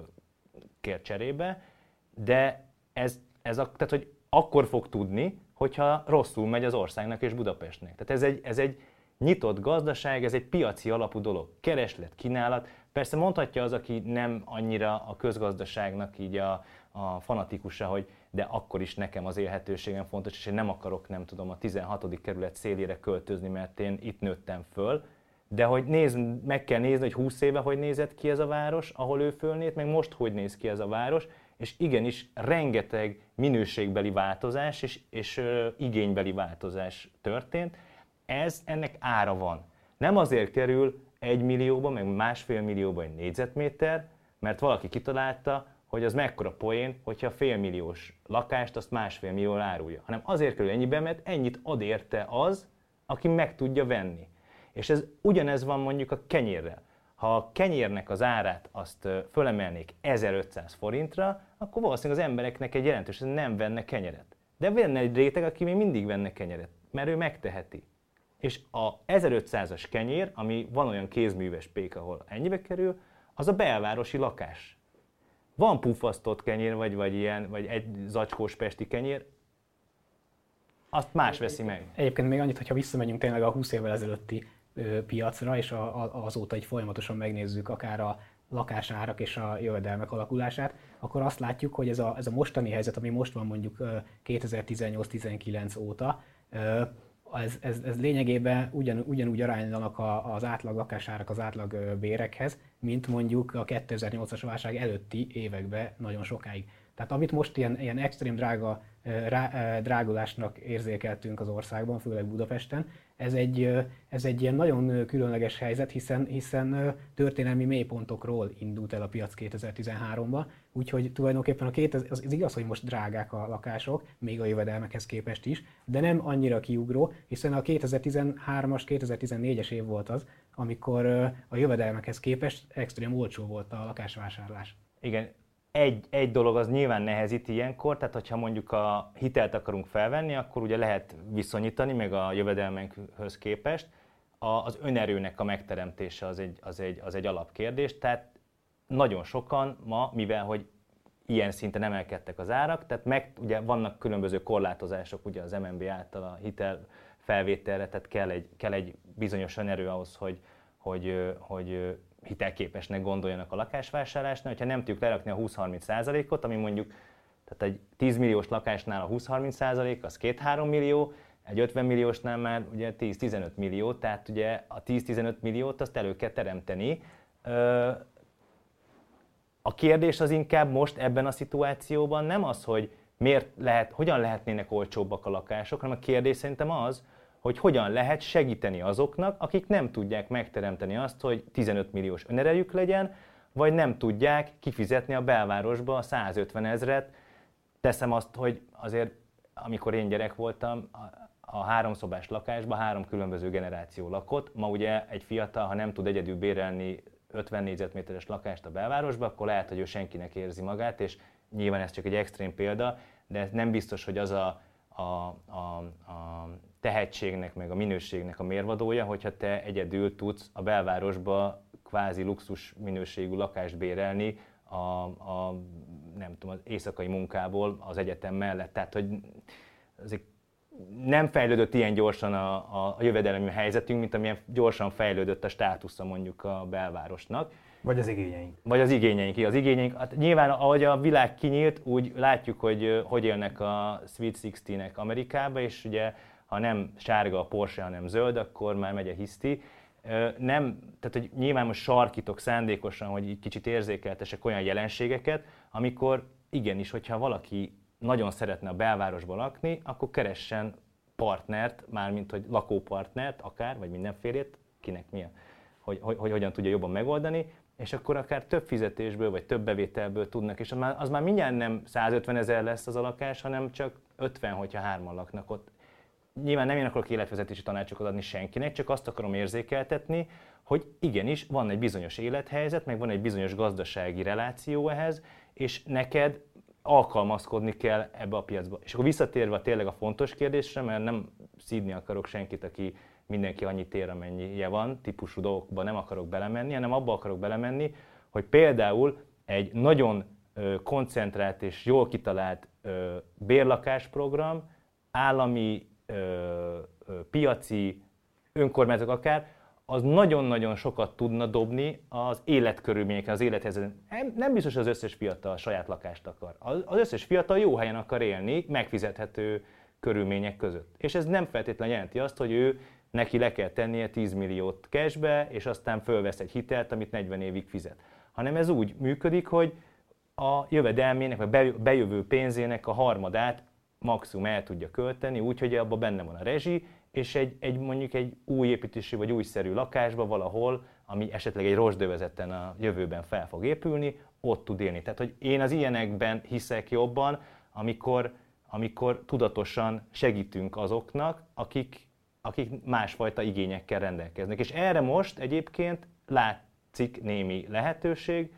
cserébe, de tehát, hogy akkor fog tudni, hogyha rosszul megy az országnak és Budapestnek. Tehát ez egy nyitott gazdaság, ez egy piaci alapú dolog. Kereslet, kínálat. Persze mondhatja az, aki nem annyira a közgazdaságnak így a fanatikusa, hogy de akkor is nekem az élhetőségem fontos, és én nem akarok, nem tudom, a 16. kerület szélére költözni, mert én itt nőttem föl. De hogy meg kell nézni, hogy 20 éve hogy nézett ki ez a város, ahol ő fölnőtt, meg most hogy néz ki ez a város, és igenis rengeteg minőségbeli változás és igénybeli változás történt. Ennek ára van. Nem azért kerül 1 millióba, meg 1,5 millióba egy négyzetméter, mert valaki kitalálta, hogy az mekkora poén, hogyha a félmilliós lakást azt 1,5 millióra árulja, hanem azért kerül ennyibe, mert ennyit ad érte az, aki meg tudja venni. És ugyanez van mondjuk a kenyérrel. Ha a kenyérnek az árát azt fölemelnék 1500 forintra, akkor valószínűleg az embereknek egy jelentős, nem venne kenyeret. De venne egy réteg, aki még mindig venne kenyeret, mert ő megteheti. És a 1500-as kenyér, ami van olyan kézműves pék, ahol ennyibe kerül, az a belvárosi lakás. Van puffasztott kenyér, vagy egy zacskós pesti kenyér, azt más veszi meg. Egyébként még annyit, hogyha visszamegyünk tényleg a 20 évvel ezelőtti piacra, és azóta így folyamatosan megnézzük akár a lakásárak és a jövedelmek alakulását, akkor azt látjuk, hogy ez a mostani helyzet, ami most van mondjuk 2018-19 óta, ez lényegében ugyanúgy aránylanak az átlag lakásárak az átlag bérekhez, mint mondjuk a 2008-as válság előtti években nagyon sokáig. Tehát amit most ilyen extrém drágulásnak érzékeltünk az országban, főleg Budapesten, ez egy ilyen nagyon különleges helyzet, hiszen történelmi mélypontokról indult el a piac 2013-ban, úgyhogy tulajdonképpen az igaz, hogy most drágák a lakások, még a jövedelmekhez képest is, de nem annyira kiugró, hiszen a 2013-as, 2014-es év volt az, amikor a jövedelmekhez képest extrém olcsó volt a lakásvásárlás. Igen. Egy dolog az nyilván nehezít ilyenkor, tehát hogyha mondjuk a hitelt akarunk felvenni, akkor ugye lehet viszonyítani, meg a jövedelmenkhöz képest. Az önerőnek a megteremtése az egy alapkérdés, tehát nagyon sokan ma, mivel hogy ilyen szinten emelkedtek az árak, tehát ugye vannak különböző korlátozások ugye az MNB által a hitel felvételre, tehát kell egy bizonyos erő ahhoz, hogy hitelképesnek gondoljanak a lakásvásárlásnál. Ha nem tudjuk lerakni a 20-30%-ot, ami mondjuk tehát egy 10 milliós lakásnál a 20-30% az 2-3 millió, egy 50 milliósnál már ugye 10-15 millió, tehát ugye a 10-15 milliót azt elő kell teremteni. A kérdés az inkább most ebben a szituációban nem az, hogy hogyan lehetnének olcsóbbak a lakások, hanem a kérdés szerintem az, hogy hogyan lehet segíteni azoknak, akik nem tudják megteremteni azt, hogy 15 milliós önerejük legyen, vagy nem tudják kifizetni a belvárosba a 150 000-et. Teszem azt, hogy azért, amikor én gyerek voltam, a 3 szobás lakásban 3 különböző generáció lakott. Ma ugye egy fiatal, ha nem tud egyedül bérelni 50 négyzetméteres lakást a belvárosba, akkor lehet, hogy ő senkinek érzi magát, és nyilván ez csak egy extrém példa, de nem biztos, hogy az a tehetségnek, meg a minőségnek a mérvadója, hogyha te egyedül tudsz a belvárosba kvázi luxus minőségű lakást bérelni nem tudom, az éjszakai munkából az egyetem mellett. Tehát, hogy nem fejlődött ilyen gyorsan a jövedelmi helyzetünk, mint amilyen gyorsan fejlődött a státusza mondjuk a belvárosnak. Vagy az igényeink. Vagy az igényeink. Hát nyilván, ahogy a világ kinyílt, úgy látjuk, hogy élnek a Sweet 16-nek Amerikába, és ugye, ha nem sárga a Porsche, hanem zöld, akkor már megy a hiszti. Tehát, hogy nyilván most sarkítok szándékosan, hogy így kicsit érzékeltesek olyan jelenségeket, amikor igenis, hogyha valaki nagyon szeretne a belvárosban lakni, akkor keressen partnert, mármint hogy lakópartnert akár, vagy mindenfélét, kinek milyen, hogy hogyan tudja jobban megoldani, és akkor akár több fizetésből, vagy több bevételből tudnak, és az már mindjárt nem 150 000 lesz az a lakás, hanem csak 50, hogyha 3-an laknak ott. Nyilván nem én akarok életvezetési tanácsokat adni senkinek, csak azt akarom érzékeltetni, hogy igenis van egy bizonyos élethelyzet, meg van egy bizonyos gazdasági reláció ehhez, és neked alkalmazkodni kell ebbe a piacba. És akkor visszatérve tényleg a fontos kérdésre, mert nem szídni akarok senkit, aki mindenki annyit ér, amennyije van, típusú dolgokba nem akarok belemenni, hanem abba akarok belemenni, hogy például egy nagyon koncentrált és jól kitalált bérlakásprogram, állami, piaci, önkormányzatok akár, az nagyon-nagyon sokat tudna dobni az életkörülményeken, az élethelyzeten. Nem biztos, hogy az összes fiatal saját lakást akar. Az összes fiatal jó helyen akar élni, megfizethető körülmények között. És ez nem feltétlenül jelenti azt, hogy neki le kell tennie 10 milliót cashbe, és aztán fölvesz egy hitelt, amit 40 évig fizet. Hanem ez úgy működik, hogy a jövedelmének, vagy bejövő pénzének a harmadát maximum el tudja költeni, úgyhogy abban benne van a rezsi, és mondjuk egy új építésű vagy újszerű lakásba valahol, ami esetleg egy rozsdövezeten a jövőben fel fog épülni, ott tud élni. Tehát, hogy én az ilyenekben hiszek jobban, amikor tudatosan segítünk azoknak, akik másfajta igényekkel rendelkeznek. És erre most egyébként látszik némi lehetőség,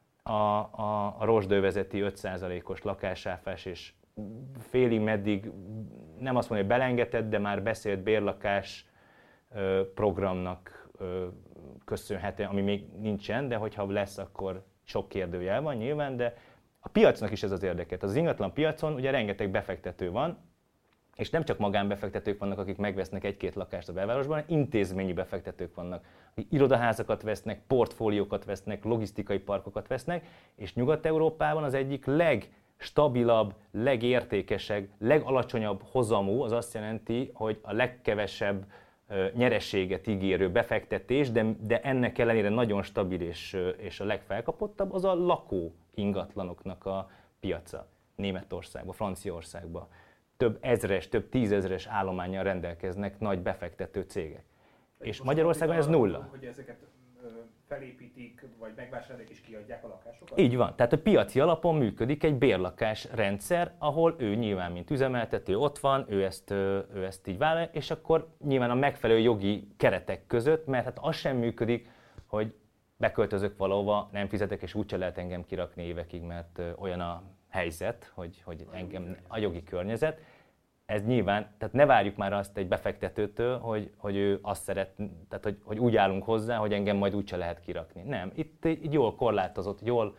a rozsdövezeti 5%-os lakásáfás és félig meddig, nem azt mondja, hogy belengedett, de már beszélt bérlakás programnak köszönhetően, ami még nincsen, de hogyha lesz, akkor sok kérdőjel van nyilván, de a piacnak is ez az érdeket. Az ingatlan piacon ugye rengeteg befektető van, és nem csak magánbefektetők vannak, akik megvesznek egy-két lakást a belvárosban, hanem intézményi befektetők vannak, akik irodaházakat vesznek, portfóliókat vesznek, logisztikai parkokat vesznek, és Nyugat-Európában az egyik legstabilabb, legértékesebb, legalacsonyabb hozamú, az azt jelenti, hogy a legkevesebb nyereséget ígérő befektetés, de ennek ellenére nagyon stabil és a legfelkapottabb, az a lakó ingatlanoknak a piaca. Németországban, Franciaországban. Több ezres, több tízezres állománnyal rendelkeznek nagy befektető cégek. És Magyarországon ez nulla. Hogy ezeket felépítik, vagy megvásárolják és kiadják a lakásokat? Így van. Tehát a piaci alapon működik egy bérlakás rendszer, ahol ő nyilván, mint üzemeltető ott van, ő ezt így vállalja, és akkor nyilván a megfelelő jogi keretek között, mert hát az sem működik, hogy beköltözök valahova, nem fizetek, és úgyse lehet engem kirakni évekig, mert olyan a helyzet, hogy engem a jogi környezet. Ez nyilván, tehát ne várjuk már azt egy befektetőtől, hogy ő azt szeret, tehát hogy úgy állunk hozzá, hogy engem majd úgyse lehet kirakni. Nem, itt jól korlátozott,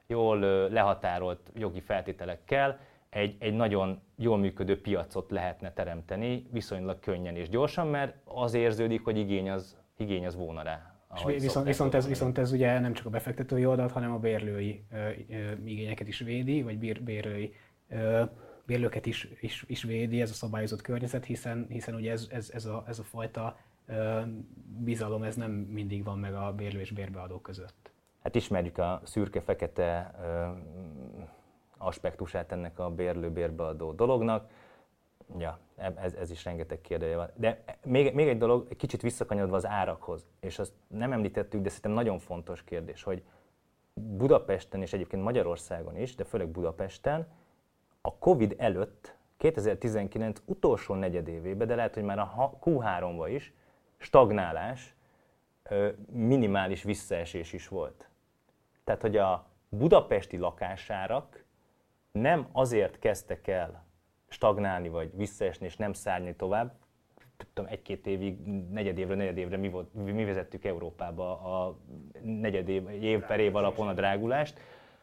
jól lehatárolt jogi feltételekkel egy nagyon jól működő piacot lehetne teremteni viszonylag könnyen és gyorsan, mert az érződik, hogy igény az volna rá. Viszont ez ugye nem csak a befektetői oldalt, hanem a bérlői igényeket is védi, vagy bérlőket is védi ez a szabályozott környezet, hiszen ugye ez a fajta bizalom ez nem mindig van meg a bérlő és bérbeadó között. Hát ismerjük a szürke-fekete aspektusát ennek a bérlő-bérbeadó dolognak. Ja, ez is rengeteg kérdője van. De még egy dolog, egy kicsit visszakanyodva az árakhoz, és azt nem említettük, de szerintem nagyon fontos kérdés, hogy Budapesten és egyébként Magyarországon is, de főleg Budapesten a Covid előtt, 2019 utolsó negyedévében, de lehet, hogy már a Q3-ban is stagnálás, minimális visszaesés is volt. Tehát, hogy a budapesti lakásárak nem azért kezdtek el stagnálni vagy visszaesni és nem szárni tovább, tudom, egy-két évig, negyedévre mi vezettük Európába a év per év alapon a drágulást.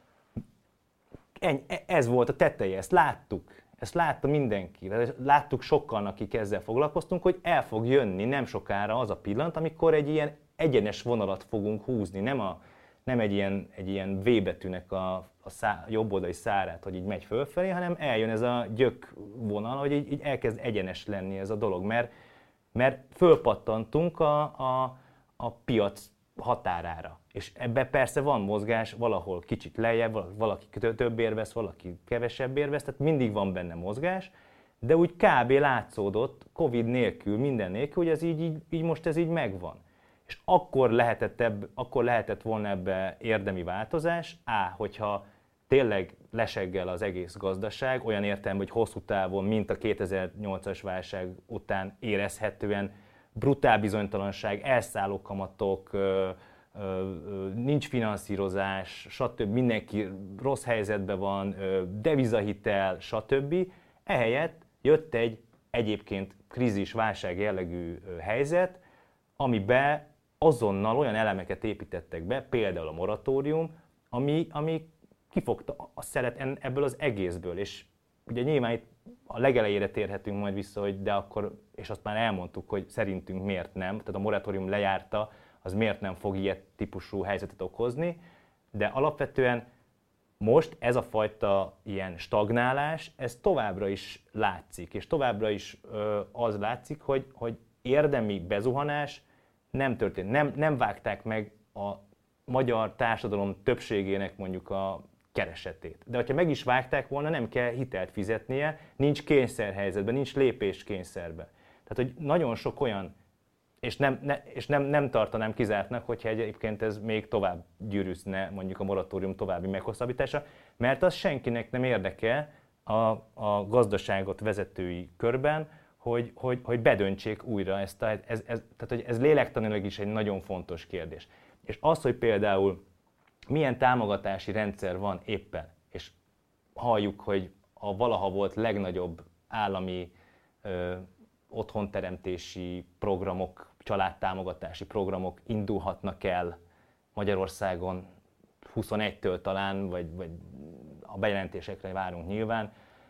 Ez volt a teteje, ezt láttuk. Ezt látta mindenki. Láttuk sokan, akik ezzel foglalkoztunk, hogy el fog jönni nem sokára az a pillanat, amikor egy ilyen egyenes vonalat fogunk húzni, nem egy ilyen V betűnek a jobb oldali szárát, hogy így megy fölfelé, hanem eljön ez a gyök vonal, hogy így elkezd egyenes lenni ez a dolog, mert fölpattantunk a piac határára. És ebben persze van mozgás, valahol kicsit lejjebb, valaki többért vesz, valaki kevesebbért vesz, tehát mindig van benne mozgás, de úgy kb. Látszódott, Covid nélkül, minden nélkül, hogy ez így most ez így megvan. És akkor lehetett volna ebbe érdemi változás, hogyha tényleg leseggel az egész gazdaság, olyan értelemben, hogy hosszú távon, mint a 2008-as válság után érezhetően brutál bizonytalanság, elszálló kamatok, nincs finanszírozás, stb. Mindenki rossz helyzetben van, devizahitel, stb. Ehelyett jött egy egyébként krízis, válság jellegű helyzet, amiben azonnal olyan elemeket építettek be, például a moratórium, ami kifogta a szelet ebből az egészből. És ugye nyilván itt a legelejére térhetünk majd vissza, hogy de akkor, és azt már elmondtuk, hogy szerintünk miért nem, tehát a moratórium lejárta, az miért nem fog ilyet típusú helyzetet okozni, de alapvetően most ez a fajta ilyen stagnálás, ez továbbra is látszik, és továbbra is az látszik, hogy érdemi bezuhanás nem történt. Nem vágták meg a magyar társadalom többségének mondjuk a keresetét. De hogyha meg is vágták volna, nem kell hitelt fizetnie, nincs kényszerhelyzetben, nincs lépéskényszerben. Tehát, hogy nagyon sok olyan, és nem tartanám kizártnak, hogyha egyébként ez még tovább gyűrűzne mondjuk a moratórium további meghosszabbítása, mert az senkinek nem érdekel a gazdaságot vezetői körben, hogy bedöntsék újra ezt tehát hogy ez lélektanilag is egy nagyon fontos kérdés. És az, hogy például milyen támogatási rendszer van éppen, és halljuk, hogy a valaha volt legnagyobb állami otthonteremtési programok, családtámogatási programok indulhatnak el Magyarországon 21-től talán, vagy a bejelentésekre várunk nyilván,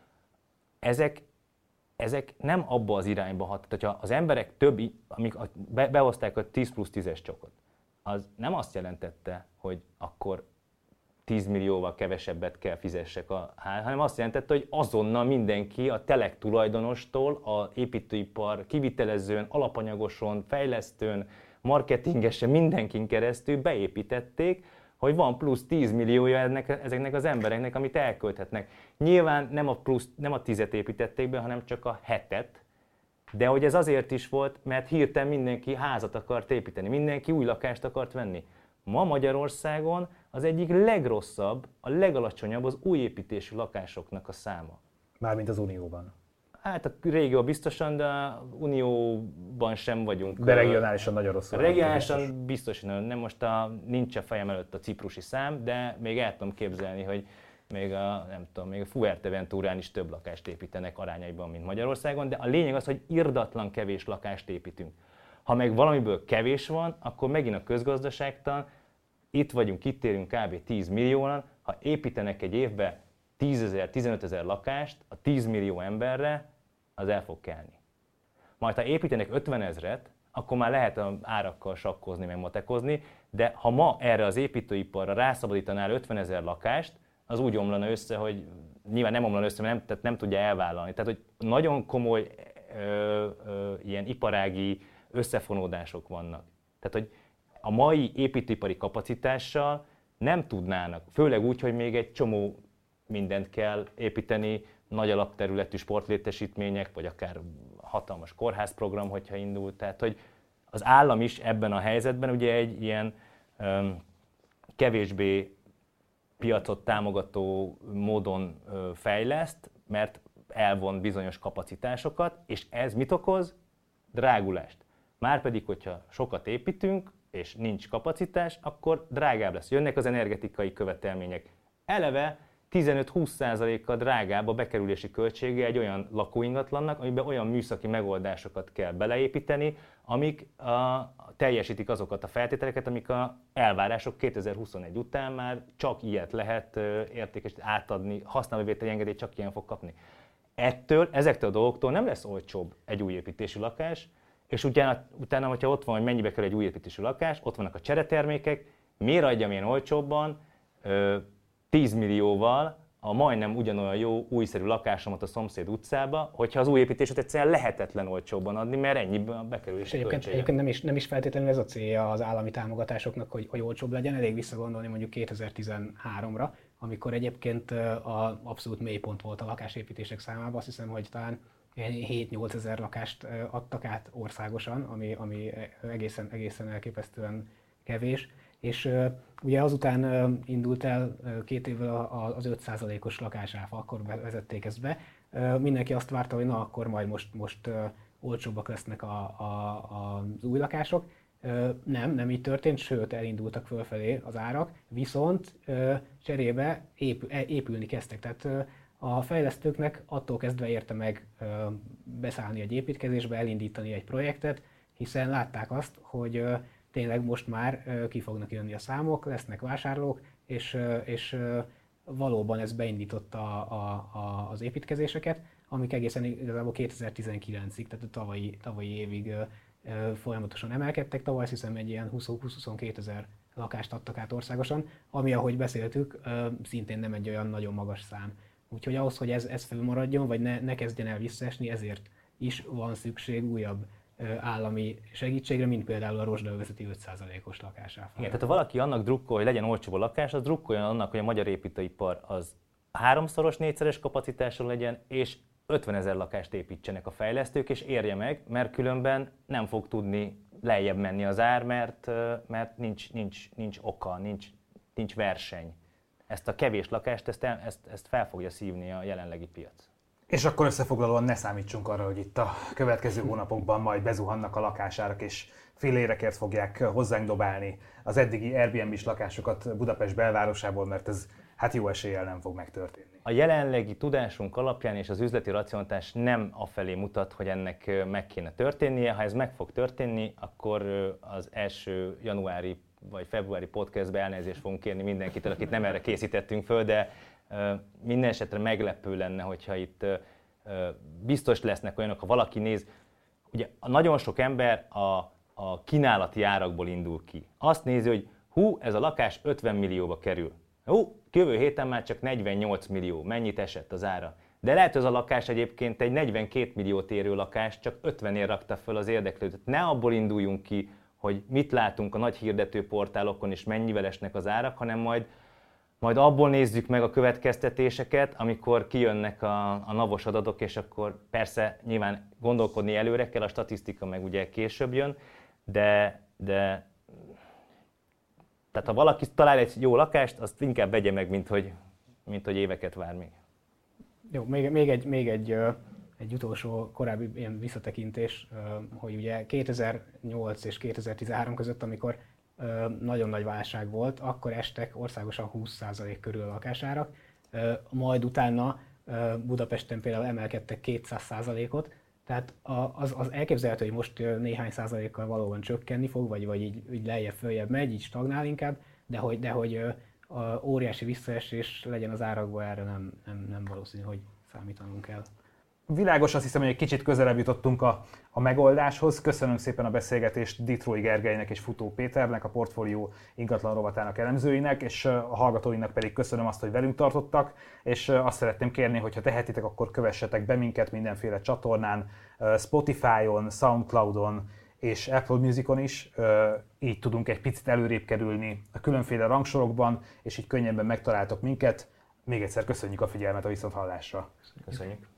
ezek nem abba az irányba hat. Tehát, ha az emberek amik behozták a 10+10-es csokot, az nem azt jelentette, hogy akkor 10 millióval kevesebbet kell fizessek, hanem azt jelentette, hogy azonnal mindenki a Telek tulajdonostól, az építőipar kivitelezőn, alapanyagoson, fejlesztőn, marketingesen, mindenkin keresztül beépítették, hogy van plusz 10 milliója ezeknek az embereknek, amit elkölthetnek. Nyilván nem a 10-et építették be, hanem csak a 7-et, de hogy ez azért is volt, mert hirtelen mindenki házat akart építeni, mindenki új lakást akart venni. Ma Magyarországon az egyik legrosszabb, a legalacsonyabb az új építésű lakásoknak a száma. Mármint az Unióban. Hát a régióban biztosan, de a Unióban sem vagyunk. De regionálisan nagyon rosszul. Regionálisan biztosan, nem most nincs a fejem előtt a ciprusi szám, de még el tudom képzelni, hogy még a Fuerteventúrán is több lakást építenek arányaiban, mint Magyarországon, de a lényeg az, hogy irdatlan kevés lakást építünk. Ha meg valamiből kevés van, akkor megint a közgazdaságtan itt vagyunk, itt élünk kb. 10 millióan, ha építenek egy évbe 10 000, 15 000 lakást a 10 millió emberre, az el fog kelni. Majd ha építenek 50 000-et, akkor már lehet az árakkal sakkozni, meg matekozni, de ha ma erre az építőiparra rászabadítanál 50 000 lakást, az úgy omlana össze, hogy nyilván nem omlana össze, mert tehát nem tudja elvállalni. Tehát, hogy nagyon komoly ilyen iparági összefonódások vannak. Tehát, hogy a mai építőipari kapacitással nem tudnának, főleg úgy, hogy még egy csomó mindent kell építeni, nagy alapterületű sportlétesítmények, vagy akár hatalmas kórházprogram, hogyha indul. Tehát, hogy az állam is ebben a helyzetben ugye egy ilyen kevésbé piacot támogató módon fejleszt, mert elvon bizonyos kapacitásokat, és ez mit okoz? Drágulást. Márpedig, hogyha sokat építünk, és nincs kapacitás, akkor drágább lesz. Jönnek az energetikai követelmények. Eleve 15-20%-kal drágább a bekerülési költsége egy olyan lakóingatlannak, amiben olyan műszaki megoldásokat kell beleépíteni, amik teljesítik azokat a feltételeket, amik a elvárások 2021 után már csak ilyet lehet értékesíteni, átadni, használóvételi engedélyt csak ilyen fog kapni. Ezektől a dolgoktól nem lesz olcsóbb egy új építésű lakás, és utána, hogyha ott van, hogy mennyibe kerül egy új építésű lakás, ott vannak a cseretermékek, miért adjam én olcsóbban 10 millióval a majdnem ugyanolyan jó újszerű lakásomat a szomszéd utcába, hogyha az új építését egyszerűen lehetetlen olcsóbban adni, mert ennyi a bekerülési költsége. Egyébként nem is feltétlenül ez a célja az állami támogatásoknak, hogy olcsóbb legyen, elég visszagondolni mondjuk 2013-ra, amikor egyébként a abszolút mélypont volt a lakásépítések számában, azt hiszem, hogy talán 7-8 ezer lakást adtak át országosan, ami egészen elképesztően kevés. És ugye azután indult el 2 évvel az 5%-os lakásáfa, akkor vezették ezt be. Mindenki azt várta, hogy na akkor majd most olcsóbbak lesznek az új lakások. Nem így történt, sőt elindultak fölfelé az árak, viszont cserébe épülni kezdtek. Tehát a fejlesztőknek attól kezdve érte meg beszállni egy építkezésbe, elindítani egy projektet, hiszen látták azt, hogy tényleg most már ki fognak jönni a számok, lesznek vásárlók, és valóban ez beindította az építkezéseket, amik egészen igazából 2019-ig, tehát a tavalyi évig folyamatosan emelkedtek. Tavaly hiszem egy ilyen 20-22 ezer lakást adtak át országosan, ami, ahogy beszéltük, szintén nem egy olyan nagyon magas szám. Úgyhogy ahhoz, hogy ez felmaradjon, vagy ne kezdjen el visszaesni, ezért is van szükség újabb állami segítségre, mint például a rozsdaövezeti 5%-os lakásáfa. Igen, tehát ha valaki annak drukkol, hogy legyen olcsóbb a lakás, az drukkoljon annak, hogy a magyar építőipar az 3-szoros, 4-szeres kapacitású legyen, és 50 000 lakást építsenek a fejlesztők, és érje meg, mert különben nem fog tudni lejjebb menni az ár, mert nincs oka, nincs verseny. Ezt a kevés lakást, ezt fel fogja szívni a jelenlegi piac. És akkor összefoglalóan ne számítsunk arra, hogy itt a következő hónapokban majd bezuhannak a lakásárak, és félérekért fogják hozzánk dobálni az eddigi Airbnb-s lakásokat Budapest belvárosából, mert ez hát jó eséllyel nem fog megtörténni. A jelenlegi tudásunk alapján és az üzleti racionalitás nem afelé mutat, hogy ennek meg kéne történnie. Ha ez meg fog történni, akkor az első januári vagy februári podcastbe elnézést fogunk kérni mindenkitől, akit nem erre készítettünk föl, de minden esetre meglepő lenne, hogyha itt biztos lesznek olyanok, ha valaki néz, ugye nagyon sok ember a kínálati árakból indul ki. Azt nézi, hogy ez a lakás 50 millióba kerül. Jövő héten már csak 48 millió, mennyit esett az ára. De lehet, hogy az a lakás egyébként egy 42 milliót érő lakás, csak 50-ért rakta föl az érdeklődőt. Ne abból induljunk ki, hogy mit látunk a nagy hirdetőportálokon és mennyivel esnek az árak, hanem majd abból nézzük meg a következtetéseket, amikor kijönnek a NAV-os adatok, és akkor persze nyilván gondolkodni előre kell, a statisztika meg ugye később jön, de tehát ha valaki talál egy jó lakást, azt inkább vegye meg, mint hogy éveket vár még. Jó, még egy utolsó korábbi ilyen visszatekintés, hogy ugye 2008 és 2013 között, amikor nagyon nagy válság volt, akkor estek országosan 20% körül a lakásárak, majd utána Budapesten például emelkedtek 200%-ot, tehát az elképzelhető, hogy most néhány százalékkal valóban csökkenni fog, vagy így lejjebb-följebb megy, így stagnál inkább, de hogy óriási visszaesés legyen az árakból, erre nem valószínű, hogy számítanunk kell. Világos, azt hiszem, hogy egy kicsit közelebb jutottunk a megoldáshoz. Köszönöm szépen a beszélgetést Ditrói Gergelynek és Futó Péternek, a Portfólió ingatlan rovatának elemzőinek, és a hallgatóinak pedig köszönöm azt, hogy velünk tartottak, és azt szeretném kérni, hogy ha tehetitek, akkor kövessetek be minket mindenféle csatornán, Spotify-on, Soundcloud-on és Apple Musicon is. Így tudunk egy picit előrébb kerülni a különféle rangsorokban, és így könnyebben megtaláltok minket. Még egyszer köszönjük a figyelmet, a viszonthallásra. Köszönjük.